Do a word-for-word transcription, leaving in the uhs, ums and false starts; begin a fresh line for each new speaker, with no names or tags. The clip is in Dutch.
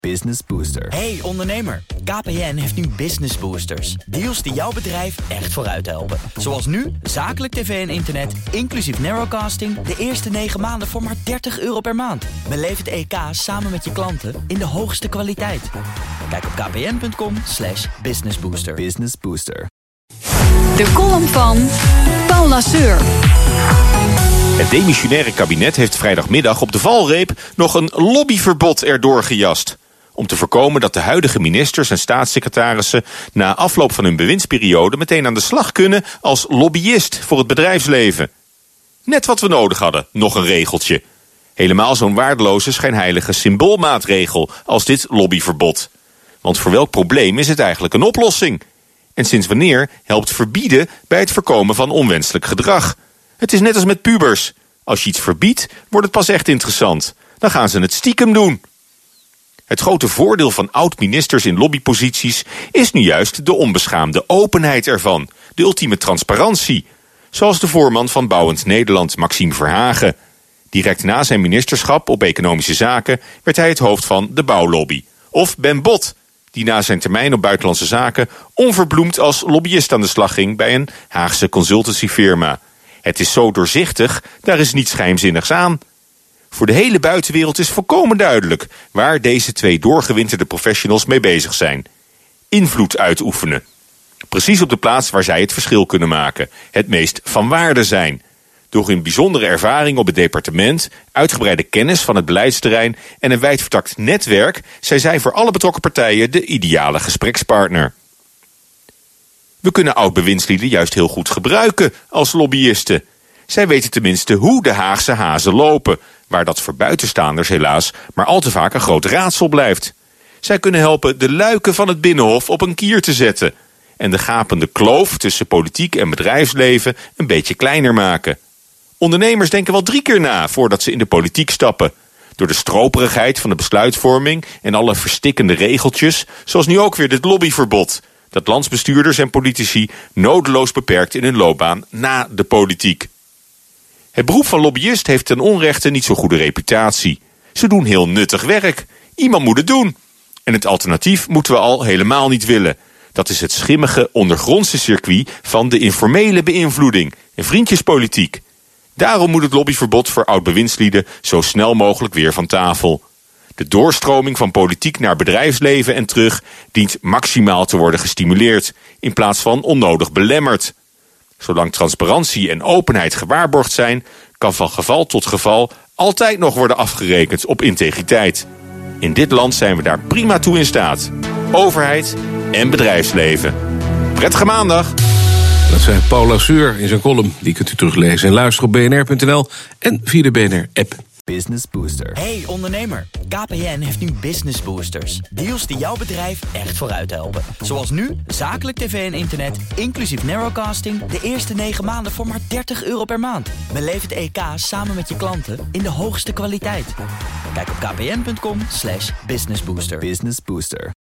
Business Booster.
Hey ondernemer, K P N heeft nu Business Boosters. Deals die jouw bedrijf echt vooruit helpen. Zoals nu, zakelijk tv en internet, inclusief narrowcasting... de eerste negen maanden voor maar dertig euro per maand. Beleef het E K samen met je klanten in de hoogste kwaliteit. Kijk op kpn.com slash businessbooster.
Business Booster.
De column van Paul Lasseur.
Het demissionaire kabinet heeft vrijdagmiddag op de valreep nog een lobbyverbod erdoor gejast. Om te voorkomen dat de huidige ministers en staatssecretarissen na afloop van hun bewindsperiode meteen aan de slag kunnen als lobbyist voor het bedrijfsleven. Net wat we nodig hadden, nog een regeltje. Helemaal zo'n waardeloze schijnheilige symboolmaatregel als dit lobbyverbod. Want voor welk probleem is het eigenlijk een oplossing? En sinds wanneer helpt verbieden bij het voorkomen van onwenselijk gedrag? Het is net als met pubers. Als je iets verbiedt, wordt het pas echt interessant. Dan gaan ze het stiekem doen. Het grote voordeel van oud-ministers in lobbyposities is nu juist de onbeschaamde openheid ervan. De ultieme transparantie. Zoals de voorman van Bouwend Nederland, Maxime Verhagen. Direct na zijn ministerschap op economische zaken werd hij het hoofd van de bouwlobby. Of Ben Bot, die na zijn termijn op buitenlandse zaken onverbloemd als lobbyist aan de slag ging bij een Haagse consultancyfirma. Het is zo doorzichtig, daar is niets geheimzinnigs aan. Voor de hele buitenwereld is volkomen duidelijk waar deze twee doorgewinterde professionals mee bezig zijn. Invloed uitoefenen. Precies op de plaats waar zij het verschil kunnen maken. Het meest van waarde zijn. Door hun bijzondere ervaring op het departement, uitgebreide kennis van het beleidsterrein en een wijdvertakt netwerk zijn zij voor alle betrokken partijen de ideale gesprekspartner. We kunnen oud-bewindslieden juist heel goed gebruiken als lobbyisten. Zij weten tenminste hoe de Haagse hazen lopen, waar dat voor buitenstaanders helaas maar al te vaak een groot raadsel blijft. Zij kunnen helpen de luiken van het Binnenhof op een kier te zetten en de gapende kloof tussen politiek en bedrijfsleven een beetje kleiner maken. Ondernemers denken wel drie keer na voordat ze in de politiek stappen. Door de stroperigheid van de besluitvorming en alle verstikkende regeltjes, zoals nu ook weer dit lobbyverbod, dat landsbestuurders en politici nodeloos beperkt in hun loopbaan na de politiek. Het beroep van lobbyist heeft ten onrechte niet zo'n goede reputatie. Ze doen heel nuttig werk. Iemand moet het doen. En het alternatief moeten we al helemaal niet willen. Dat is het schimmige ondergrondse circuit van de informele beïnvloeding en vriendjespolitiek. Daarom moet het lobbyverbod voor oud-bewindslieden zo snel mogelijk weer van tafel. De doorstroming van politiek naar bedrijfsleven en terug dient maximaal te worden gestimuleerd, in plaats van onnodig belemmerd. Zolang transparantie en openheid gewaarborgd zijn, kan van geval tot geval altijd nog worden afgerekend op integriteit. In dit land zijn we daar prima toe in staat. Overheid en bedrijfsleven. Prettige maandag!
Dat zei Paul Lasseur in zijn column. Die kunt u teruglezen en luisteren op b n r punt n l en via de B N R-app.
Business Booster.
Hey ondernemer, K P N heeft nu Business Boosters. Deals die jouw bedrijf echt vooruit helpen. Zoals nu, zakelijk tv en internet, inclusief narrowcasting... de eerste negen maanden voor maar dertig euro per maand. Beleef het E K samen met je klanten in de hoogste kwaliteit. Kijk op kpn.com slash businessbooster.
Business Booster.